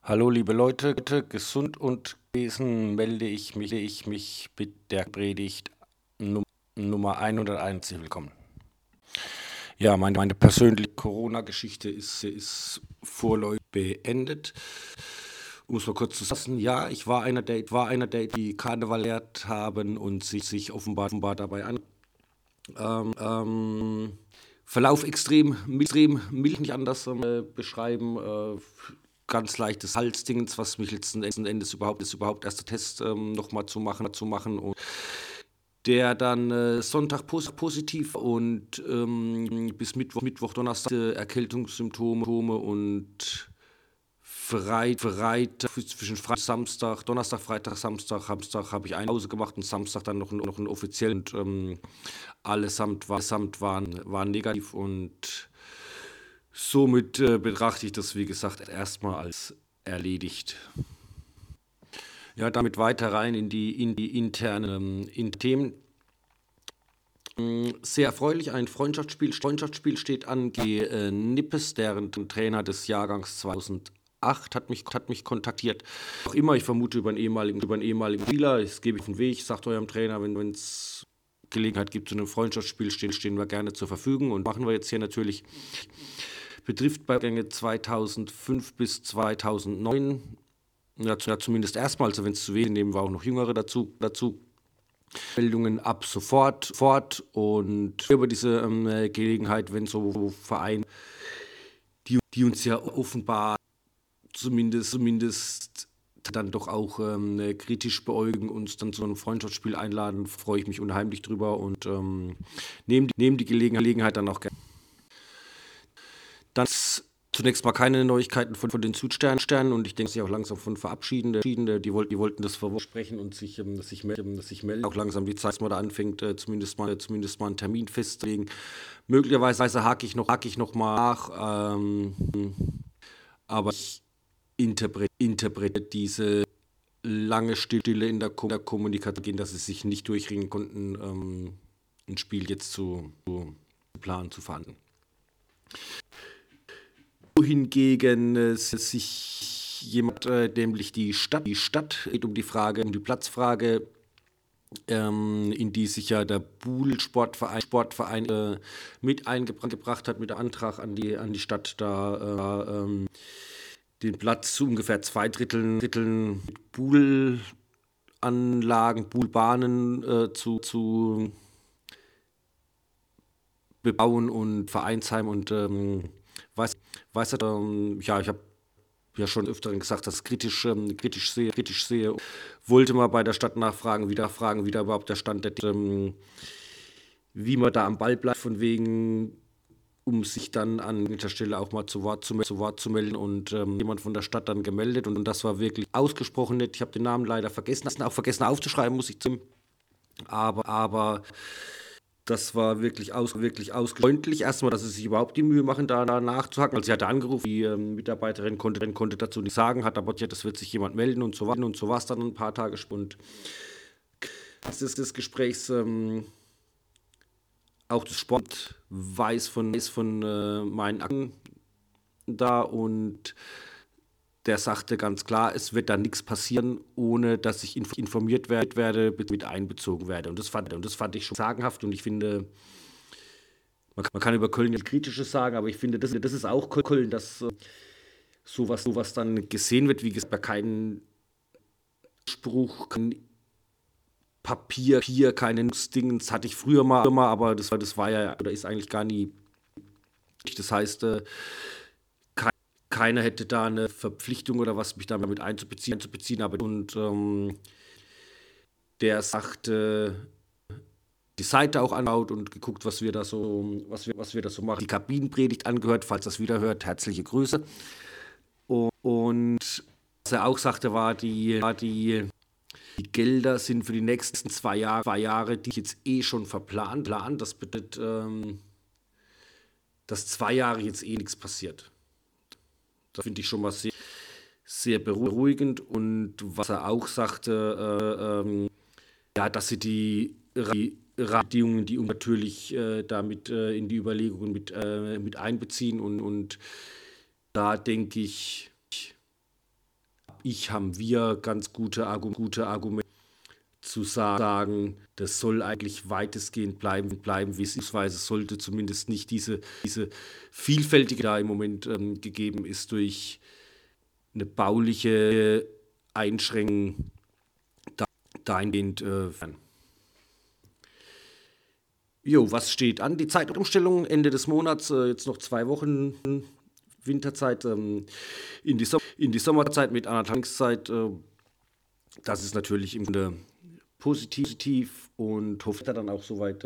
Hallo liebe Leute, gesund und genesen melde ich mich mit der Predigt Nummer 101. Willkommen. Ja, meine persönliche Corona-Geschichte ist vorläufig beendet. Um es mal kurz zu fassen, ja, ich war einer der die Karneval lehrt haben und sich offenbar dabei an. Verlauf extrem mild, nicht anders beschreiben. Ganz leichtes Halsdingens, was mich letzten Endes überhaupt erst der Test nochmal zu machen und der dann Sonntag positiv und bis Mittwoch, Donnerstag Erkältungssymptome und Freitag, zwischen Samstag, Donnerstag, Freitag, Samstag habe ich eine Pause gemacht und Samstag dann noch einen offiziellen und allesamt waren negativ und somit betrachte ich das, wie gesagt, erstmal als erledigt. Ja, damit weiter rein in die internen Themen. Sehr erfreulich, ein Freundschaftsspiel steht an. Nippes, deren Trainer des Jahrgangs 2008, hat mich kontaktiert. Auch immer, ich vermute über einen ehemaligen Spieler. Das gebe ich auf den Weg, sagt eurem Trainer, wenn es Gelegenheit gibt zu einem Freundschaftsspiel, stehen wir gerne zur Verfügung und machen wir jetzt hier natürlich. Betrifft bei Gänge 2005 bis 2009, ja, zumindest erstmal, also wenn es zu wenig, nehmen wir auch noch Jüngere dazu. Meldungen ab sofort fort und über diese Gelegenheit, wenn so Vereine, die uns ja offenbar zumindest dann doch auch kritisch beäugen, uns dann zu einem Freundschaftsspiel einladen, freue ich mich unheimlich drüber und nehme die Gelegenheit dann auch gerne. Dann zunächst mal keine Neuigkeiten von den Südsternen und ich denke, sich auch langsam von verabschieden. Die wollten das versprechen und sich melden. Auch langsam die Zeit, dass man da anfängt, zumindest mal einen Termin festzulegen. Möglicherweise hake ich noch mal nach, aber ich interpretiere diese lange Stille in der Kommunikation, dass sie sich nicht durchringen konnten, ein Spiel jetzt zu planen, zu verhandeln. Wohingegen sich jemand, nämlich die Stadt, geht um die Platzfrage, in die sich ja der Buhl Sportverein mit eingebracht hat, mit der Antrag an die Stadt, da den Platz zu ungefähr zwei Dritteln mit Buhlanlagen, Buhlbahnen zu bebauen und Vereinsheim und weiß ja, ich habe ja schon öfter gesagt, dass ich kritisch sehe. Wollte mal bei der Stadt nachfragen, wie da überhaupt der Stand wie man da am Ball bleibt, von wegen, um sich dann an der Stelle auch mal zu Wort zu melden und jemand von der Stadt dann gemeldet und das war wirklich ausgesprochen nett. Ich habe den Namen leider vergessen aufzuschreiben, muss ich zum, aber das war wirklich freundlich. Erstmal, dass sie sich überhaupt die Mühe machen, da nachzuhaken. Also sie hatte angerufen, die Mitarbeiterin konnte dazu nichts sagen, hat aber gesagt, das wird sich jemand melden und so war es dann ein paar Tage später. Und des Gesprächs auch das Sport weiß von meinen Akten da und der sagte ganz klar, es wird da nichts passieren, ohne dass ich informiert werde, mit einbezogen werde. Und das fand ich schon sagenhaft und ich finde, man kann über Köln nichts Kritisches sagen, aber ich finde, das ist auch Köln, dass sowas dann gesehen wird, wie gesagt, bei keinem Spruch, kein Papier, keinen Dingens hatte ich früher mal, aber das war ja oder ist eigentlich gar nie. Das heißt, keiner hätte da eine Verpflichtung oder was, mich damit einzubeziehen. Aber und der sagte, die Seite auch anschaut und geguckt, was wir da so machen. Die Kabinenpredigt angehört, falls das wieder hört, herzliche Grüße. Und was er auch sagte, war die Gelder sind für die nächsten 2 Jahre, die ich jetzt schon verplant. Das bedeutet, dass 2 Jahre jetzt nichts passiert. Das finde ich schon mal sehr beruhigend. Und was er auch sagte, ja, dass sie die Rahmenbedingungen, die natürlich damit in die Überlegungen mit einbeziehen. Und da denke ich, haben wir ganz gute Argumente zu sagen, das soll eigentlich weitestgehend bleiben wie es ist, beziehungsweise sollte zumindest nicht diese vielfältige da im Moment gegeben ist durch eine bauliche Einschränkung dahingehend. Was steht an? Die Zeitumstellung Ende des Monats, jetzt noch 2 Wochen Winterzeit in die Sommerzeit mit Anatangszeit. Das ist natürlich im Grunde positiv und hoffe dann auch soweit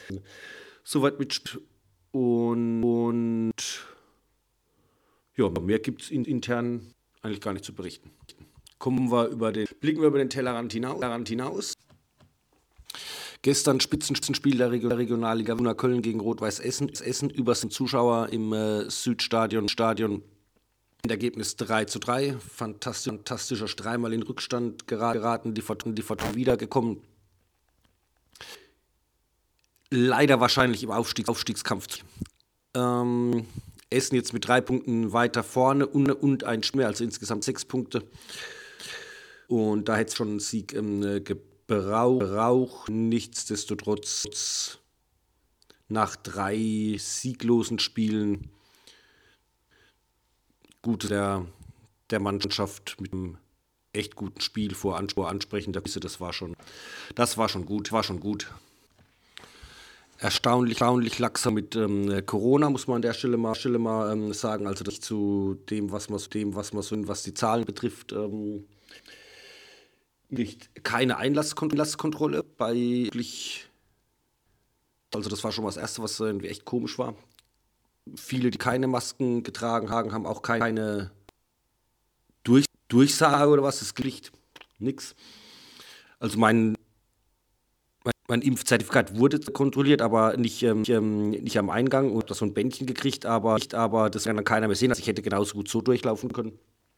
mit. Und ja, mehr gibt es intern eigentlich gar nicht zu berichten. Blicken wir über den Tellerrand hinaus. Gestern Spitzenspiel der Regionalliga Fortuna Köln gegen Rot-Weiß Essen. Über Zuschauer im Südstadion. Endergebnis 3:3. Fantastischer dreimal in Rückstand geraten. Die Fortuna wiedergekommen. Leider wahrscheinlich im Aufstiegskampf. Essen jetzt mit 3 Punkten weiter vorne und ein Spiel mehr, also insgesamt 6 Punkte. Und da hätte es schon einen Sieg gebraucht. Nichtsdestotrotz nach 3 sieglosen Spielen gut der Mannschaft mit einem echt guten Spiel vor ansprechender Kulisse. Das war schon gut. Erstaunlich laxer mit Corona, muss man an der Stelle mal sagen. Also das zu dem, was die Zahlen betrifft, nicht keine Einlasskontrolle bei. Also das war schon mal das Erste, was irgendwie echt komisch war. Viele, die keine Masken getragen haben, haben auch keine Durchsage oder was. Es liegt nix. Also mein Impfzertifikat wurde kontrolliert, aber nicht am Eingang. Ich habe da so ein Bändchen gekriegt, aber das kann dann keiner mehr sehen. Also ich hätte genauso gut so durchlaufen können.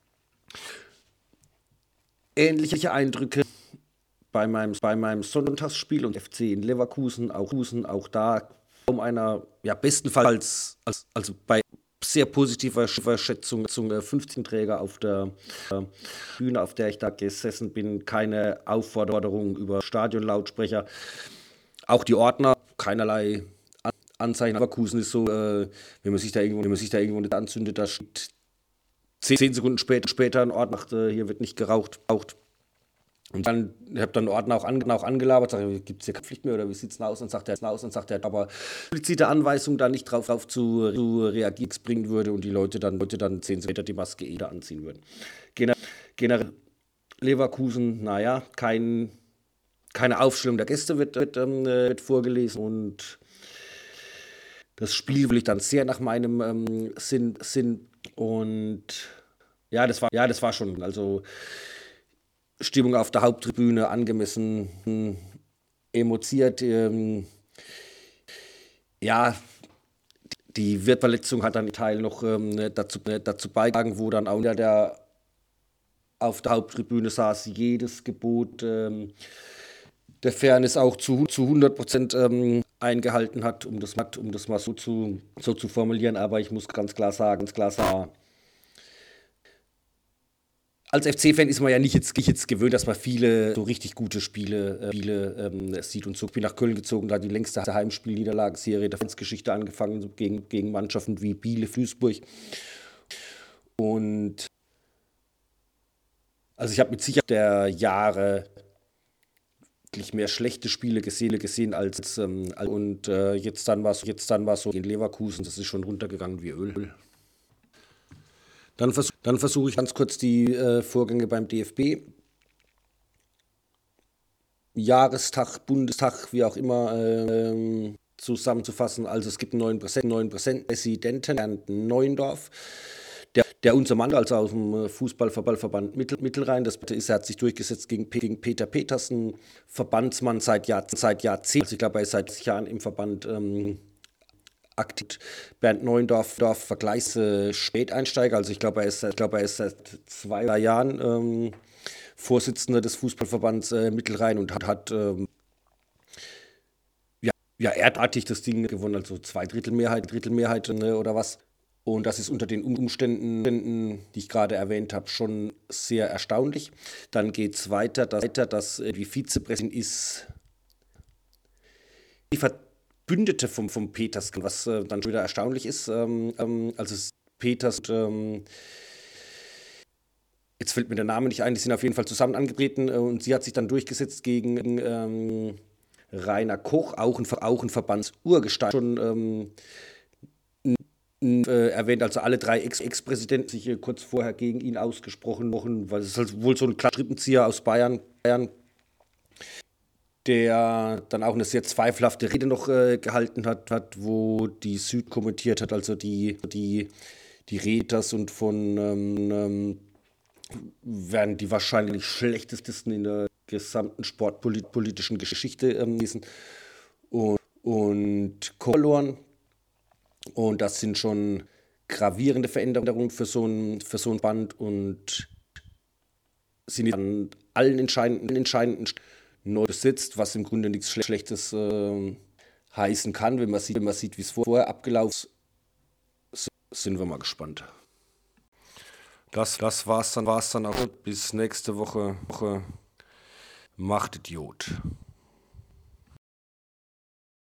Ähnliche Eindrücke bei meinem Sonntagsspiel und FC in Leverkusen. Auch da kaum einer, ja bestenfalls, also bei sehr positiver Schätzung 15 Träger auf der Bühne, auf der ich da gesessen bin, keine Aufforderung über Stadionlautsprecher. Auch die Ordner, keinerlei Anzeichen. Leverkusen ist so, wenn man sich da irgendwo nicht anzündet, da steht 10 Sekunden später ein Ordner, hier wird nicht geraucht. Und dann habe den Ordner auch angelabert, sage ich, gibt es hier keine Pflicht mehr oder wie sieht es denn aus? Und sagt er, aber explizite Anweisung da nicht drauf zu reagieren bringen würde und die Leute dann 10 Sekunden später die Maske wieder anziehen würden. Generell Leverkusen, naja, keine Aufstellung der Gäste wird vorgelesen und das Spiel will ich dann sehr nach meinem Sinn und ja, das war schon, also Stimmung auf der Haupttribüne angemessen emotiert. Die Wirtverletzung hat dann einen Teil noch dazu beigetragen, wo dann auch der auf der Haupttribüne saß, jedes Gebot der Fairness auch zu 100% eingehalten hat, um das mal so zu formulieren. Aber ich muss ganz klar sagen, als FC-Fan ist man ja nicht jetzt gewöhnt, dass man viele so richtig gute Spiele sieht. Und so bin ich nach Köln gezogen, da die längste Heimspielniederlagenserie der Vereinsgeschichte angefangen, gegen Mannschaften wie Bielefeld, Duisburg. Und also ich habe mit Sicherheit der Jahre wirklich mehr schlechte Spiele gesehen als und jetzt dann war es so in Leverkusen, das ist schon runtergegangen wie Öl. Dann versuche ich ganz kurz die Vorgänge beim DFB. Jahrestag, Bundestag, wie auch immer, zusammenzufassen. Also es gibt einen neuen Präsidenten, Bernd Neuendorf, der unser Mann, also aus dem Fußballverband Mittelrhein, er hat sich durchgesetzt gegen Peter Petersen, Verbandsmann seit Jahrzehnten. Also ich glaube, er ist seit Jahren im Verband aktiv. Bernd Neuendorf, Späteinsteiger, also ich glaube, er ist seit 2 Jahren Vorsitzender des Fußballverbands Mittelrhein und hat erdartig das Ding gewonnen, also 2/3 Mehrheit oder was. Und das ist unter den Umständen, die ich gerade erwähnt habe, schon sehr erstaunlich. Dann geht es weiter, dass die Vizepräsidentin ist die Verbündete vom Peters, was dann schon wieder erstaunlich ist. Also Peters, jetzt fällt mir der Name nicht ein, die sind auf jeden Fall zusammen angetreten und sie hat sich dann durchgesetzt gegen Rainer Koch, auch ein Verbandsurgestein, schon erwähnt, also alle drei Ex-Präsidenten sich kurz vorher gegen ihn ausgesprochen, weil es ist halt wohl so ein klarer Strippenzieher aus Bayern, der dann auch eine sehr zweifelhafte Rede noch gehalten hat, wo die Süd kommentiert hat, also die Redners und von werden die wahrscheinlich schlechtesten in der gesamten sportpolitischen Geschichte gewesen und verloren. Und das sind schon gravierende Veränderungen für so ein Band und sind an allen entscheidenden neu besetzt, was im Grunde nichts Schlechtes heißen kann, wenn man sieht, wie es vorher abgelaufen ist. Sind wir mal gespannt. Das war's dann auch. Bis nächste Woche. Macht Idiot.